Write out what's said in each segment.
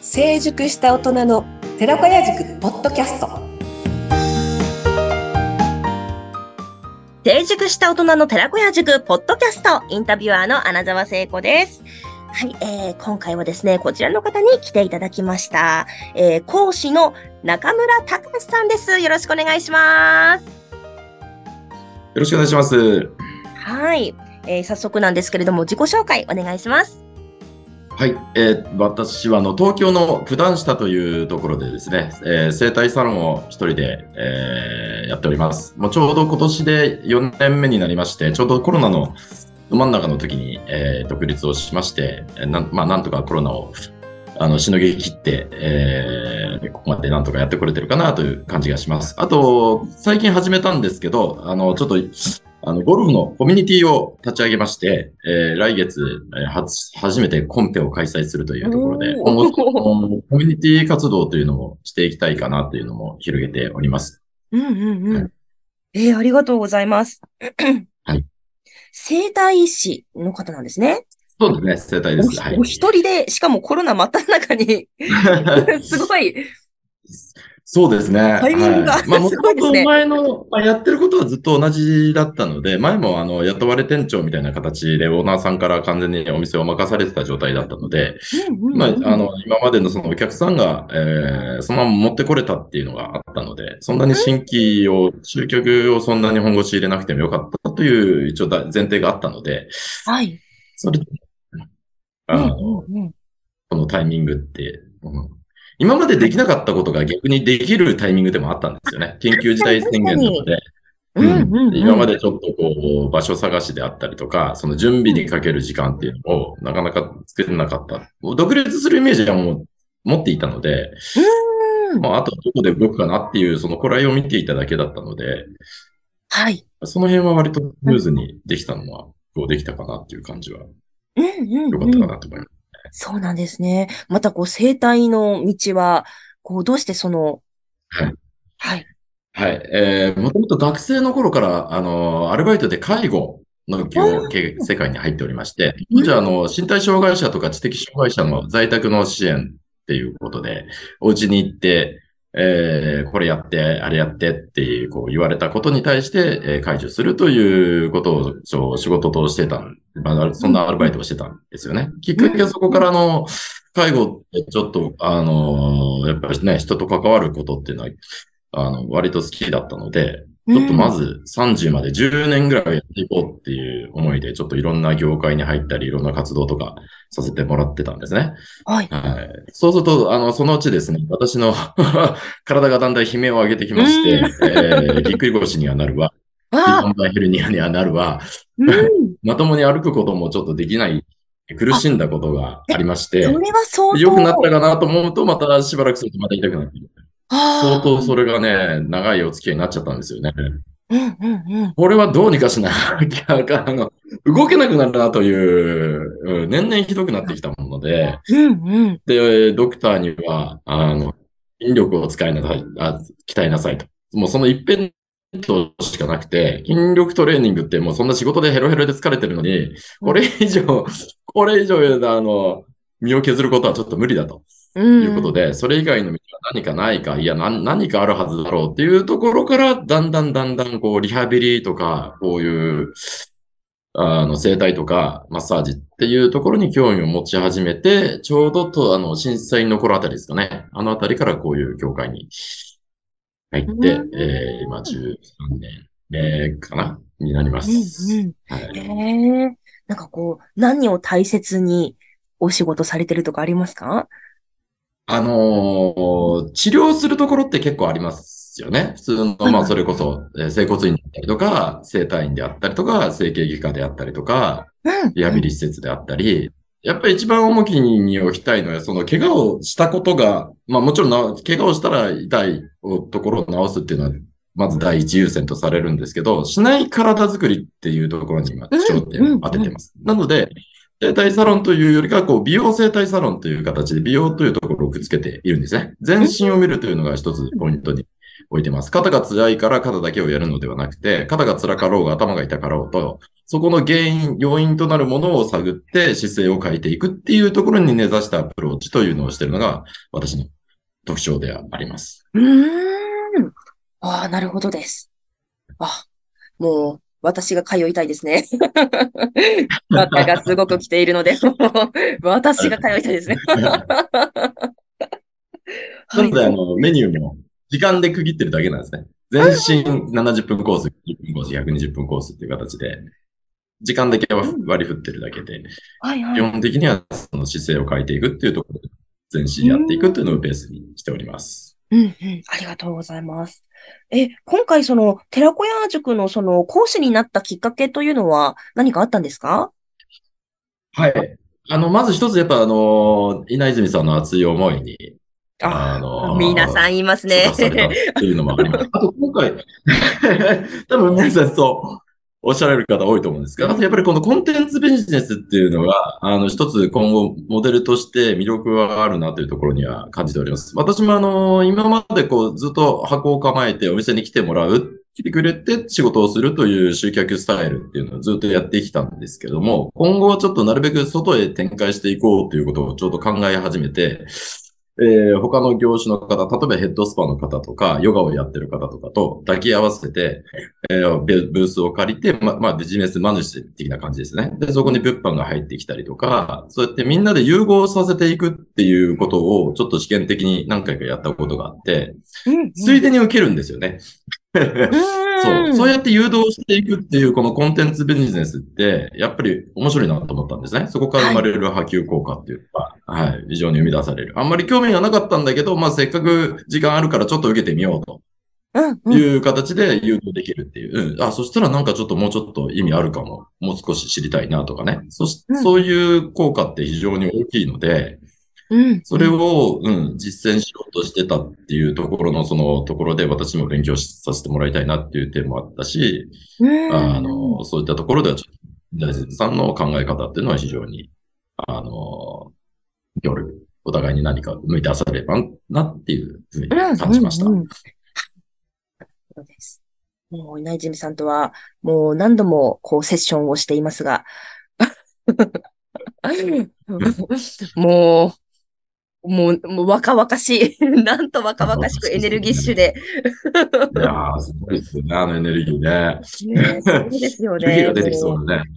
成熟した大人の寺子屋塾ポッドキャスト。 成熟した大人の寺子屋塾ポッドキャスト、インタビュアーの穴澤聖子です。はい、今回はですね、こちらの方に来ていただきました。講師の中村隆さんです。よろしくお願いします。よろしくお願いします。 はい、早速なんですけれども、自己紹介お願いします。 はい、私は東京の九段下というところでですね、整体サロンを一人で、やっております。もうちょうど今年で4年目になりまして、ちょうどコロナのど真ん中の時に、独立をしまして、なんとかコロナをしのぎ切って、ここまでなんとかやってこれてるかなという感じがします。あと、最近始めたんですけど、ちょっと、ゴルフのコミュニティを立ち上げまして、来月、初めてコンペを開催するというところで、今後、コミュニティ活動というのをしていきたいかなというのも広げております。 うんうんうん。はい、ありがとうございます。 はい。 整体師の方なんですね。 そうですね、整体です。 はい。お一人で、しかもコロナ真っ只中に、すごい。 そうですね。 タイミングが、 はい。もともと前の、やってることはずっと同じだったので、前も雇われ店長みたいな形でオーナーさんから完全にお店を任されてた状態だったので、今までのそのお客さんが、そのまま持ってこれたっていうのがあったので、そんなに新規を、集客をそんなに本腰入れなくてもよかったという一応前提があったので、 はい。 それで、このタイミングって、今までできなかったことが逆にできるタイミングでもあったんですよね。緊急事態宣言なので。今までちょっとこう、場所探しであったりとか、その準備にかける時間っていうのをなかなか作れなかった。独立するイメージはもう持っていたので、あとどこで動くかなっていう、その頃合いを見ていただけだったので、 はい。 その辺は割とスムーズにできたのは、こうできたかなっていう感じは、良かったかなと思います。 そうなんですね。また整体の道は、どうしてはい。 はい。 はい。もともと学生の頃から、アルバイトで介護の世界に入っておりまして、当時は身体障害者とか知的障害者の在宅の支援っていうことで、お家に行って、これやって、あれやってっていう、言われたことに対して、解除するということを仕事としてたそんなアルバイトをしてたんですよね。きっかけはそこから介護ってちょっと、やっぱりね、人と関わることっていうのは、割と好きだったので、ちょっとまず30まで10年ぐらいやっていこうっていう思いで、ちょっといろんな業界に入ったり、いろんな活動とかさせてもらってたんですね。 はい。 はい。そうすると、そのうちですね、私の体がだんだん悲鳴を上げてきまして、ぎっくり腰にはなるわ、リバンバーヘルニアにはなるわ、まともに歩くこともちょっとできない、苦しんだことがありまして、 それは相当良くなったかなと思うと、またしばらくするとまた痛くなってくる。相当それがね、長いお付き合いになっちゃったんですよね。これはどうにかしなきゃ、動けなくなるなという、年々ひどくなってきたもので、で、ドクターには、筋力を鍛えなさいと。もうその一辺倒しかなくて、筋力トレーニングってもうそんな仕事でヘロヘロで疲れてるのに、これ以上、身を削ることはちょっと無理だと。いうことで、それ以外の道は何かないか、いや、何かあるはずだろうっていうところから、だんだんリハビリとか、こういう、整体とか、マッサージっていうところに興味を持ち始めて、ちょうど震災の頃あたりですかね。あのあたりからこういう業界に入って、今13年目かなになります。 はい。何を大切にお仕事されてるとかありますか？ 治療するところって結構ありますよね。普通の、それこそ、整骨院だったりとか、整体院であったりとか、整形外科であったりとか、リハビリ施設であったり、やっぱり一番重きに置きたいのは、その怪我をしたことが、もちろん怪我をしたら痛いところを治すっていうのは、まず第一優先とされるんですけど、しない体作りっていうところに今、焦点を当ててます。なので、整体サロンというよりかは、美容整体サロンという形で美容というところをくっつけているんですね。全身を見るというのが一つポイントに置いてます。肩が辛いから肩だけをやるのではなくて、肩が辛かろうが頭が痛かろうと、 そこの原因、要因となるものを探って姿勢を変えていくっていうところに根ざしたアプローチというのをしているのが私の特徴であります。 うーん。ああ、なるほどです。あ、もう、私が通いたいですね。方がすごく来ているので、もう私が通いたいですね。はい。 なので、メニューも時間で区切ってるだけなんですね。全身70分コース、10分コース、120分コースっていう形で、時間だけはうん。 割り振ってるだけで、 はいはい。 基本的にはその姿勢を変えていくっていうところで、全うー身やっていくっていうのをん。 ベースにしております。 うんうん。ありがとうございます。今回寺子屋塾の講師になったきっかけというのは何かあったんですか？ はい。まず一つやっぱ稲泉さんの熱い思いに、 ああ、皆さん言いますね。 触発されたというのもあります。あと今回、多分皆さんそうおっしゃられる方多いと思うんですけど、あとやっぱりこのコンテンツビジネスっていうのが、一つ今後モデルとして魅力があるなというところには感じております。私も今までこうずっと箱を構えてお店に来てもらう、来てくれて仕事をするという集客スタイルっていうのをずっとやってきたんですけども、今後はちょっとなるべく外へ展開していこうということをちょっと考え始めて、他の業種の方、例えばヘッドスパの方とか、ヨガをやってる方とかと抱き合わせて、ブースを借りて、ビジネスマネジ的な感じですね。で、そこに物販が入ってきたりとか、そうやってみんなで融合させていくっていうことを、ちょっと試験的に何回かやったことがあって、 うんうん。 ついでに受けるんですよね。 うそう。 ーん。 そうやって誘導していくっていうこのコンテンツビジネスって、やっぱり面白いなと思ったんですね。そこから生はい。 まれる波及効果っていうか、はい。非常に生み出される。あんまり興味がなかったんだけど、せっかく時間あるからちょっと受けてみようとうんうん。 いう形で誘導できるっていう。うん。あ、そしたらなんかちょっともうちょっと意味あるかも。もう少し知りたいなとかね。そううんうん。 いう効果って非常に大きいので、それうんうん。 を、実践しようとしてたっていうところの、そのところで私も勉強させてもらいたいなっていう点もあったし、 うんうん。 そういったところではちょっと、大地さんの考え方っていうのは非常に、あの、協力、お互いに何か生み出されればなっていうふうにうん感じました。 うんうん。そうです。もう、稲泉さんとは、もう何度も、セッションをしていますが、ももう若々しい。なんと若々しくエネルギッシュで。 いやー、すごいですよね、あのエネルギーね。 ねえ、すごいですよね、 湯気が出てきそもうだね。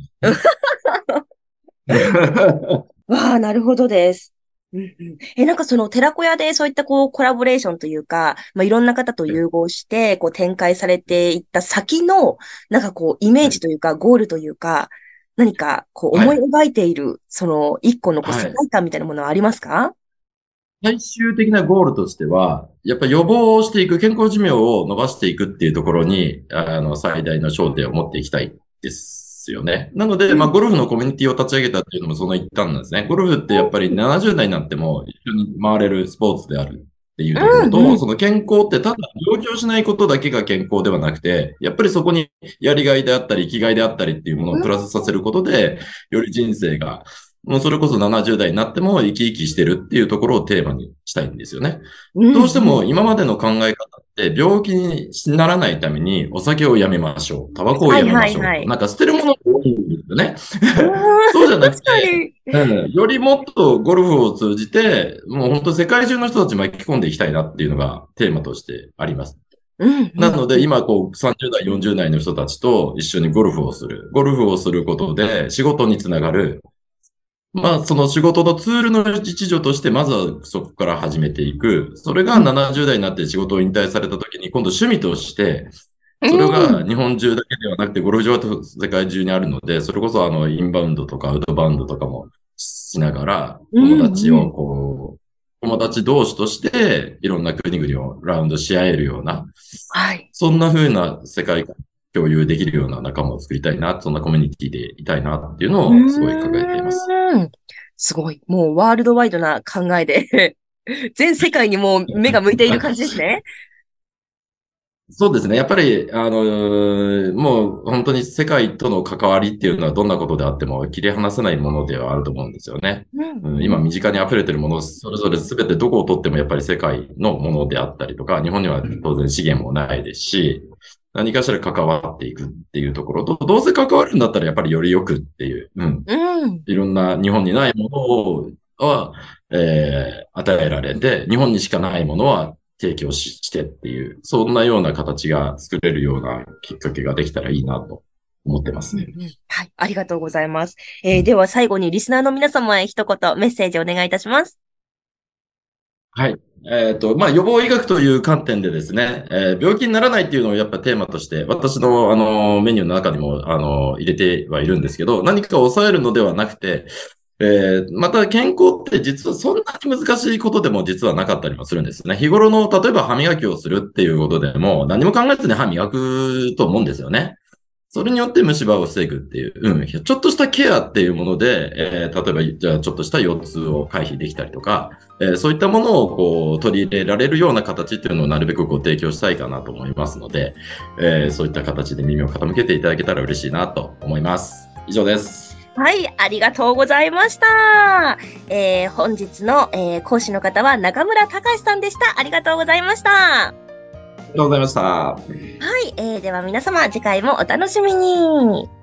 う。わあ、なるほどです。うんうん、なんか寺子屋でそういったコラボレーションというか、いろんな方と融合して、展開されていった先の、なんかイメージというか、ゴールというか、何か思いはい。 描いている、一個の世はい。 界観みたいなものはありますか？ 最終的なゴールとしては、やっぱり予防をしていく、健康寿命を伸ばしていくっていうところに、最大の焦点を持っていきたいですよね。なので、 うん。 ゴルフのコミュニティを立ち上げたっていうのもその一環なんですね。ゴルフってやっぱり70代になっても一緒に回れるスポーツであるっていううところと、 んうん。 その健康ってただ病気をしないことだけが健康ではなくて、やっぱりそこにやりがいであったり、生きがいであったりっていうものをプラスさせることで、より人生がもうそれこそ70代になっても生き生きしてるっていうところをテーマにしたいんですよね。 うんどうしてうん。 も今までの考え方って病気にならないためにお酒をやめましょう。タバコをはいやめましょうと。 はいはい。 なんか捨てるものが多いんですよね。 うーそうじゃん、確なくて、 かに。 よりもっとゴルフを通じて、もう本当世界中の人たち巻き込んでいきたいなっていうのがテーマとしてあります。 うんうなので、 んうん。 今、30代、40代の人たちと一緒にゴルフをする。ゴルフをすることで仕事につながる。その仕事のツールの一助として、まずはそこから始めていく。それがうん。 70代になって仕事を引退された時に、今度趣味として、 うそれがん。 日本中だけではなくて、ゴルフ場は世界中にあるので、それこそインバウンドとかアウトバウンドとかもしながら、 うんうん。 友達同士として、いろんな国々をラウンドし合えるような、 はい。 そんな風な世界観共有できるような仲間を作りたいな、そんなコミュニティでいたいなっていううのをすごい考えています。 ーん。すごい。もうワールドワイドな考えで全世界にもう目が向いている感じですね。 そうですね。やっぱり、もう本当に世界との関わりっていうのはどんなことであっても切り離せないものではあると思うんですよね。 うん今うん。 身近に溢れてるもの、それぞれ全てどこをとってもやっぱり世界のものであったりとか、日本には当然資源もないですし、 何かしら関わっていくっていうところと、どうせ関わるんだったらやっぱりよりよくっていう、いろんな日本にないものは、与えられて、日本にしかないものは提供してっていう、そんなような形が作れるようなきっかけができたらいいなと思ってますね。 はい、ありがとうございます。では最後にリスナーの皆様へ一言メッセージお願いいたします。 はい。予防医学という観点でですね、病気にならないっていうのをやっぱテーマとして、私の、メニューの中にも、入れてはいるんですけど、何かを抑えるのではなくて、また健康って実はそんなに難しいことでも実はなかったりもするんですね。日頃の、例えば歯磨きをするっていうことでも、何も考えずに歯磨くと思うんですよね。それによって虫歯を防ぐっていう、ちょっとしたケアっていうもので、例えば、じゃあちょっとした腰痛を回避できたりとか、そういったものをこう取り入れられるような形っていうのをなるべくご提供したいかなと思いますので、そういった形で耳を傾けていただけたら嬉しいなと思います。以上です。 はい、ありがとうございました。本日の、講師の方は中村隆さんでした。ありがとうございました。 ありがとうございました。 はい、では皆様次回もお楽しみに。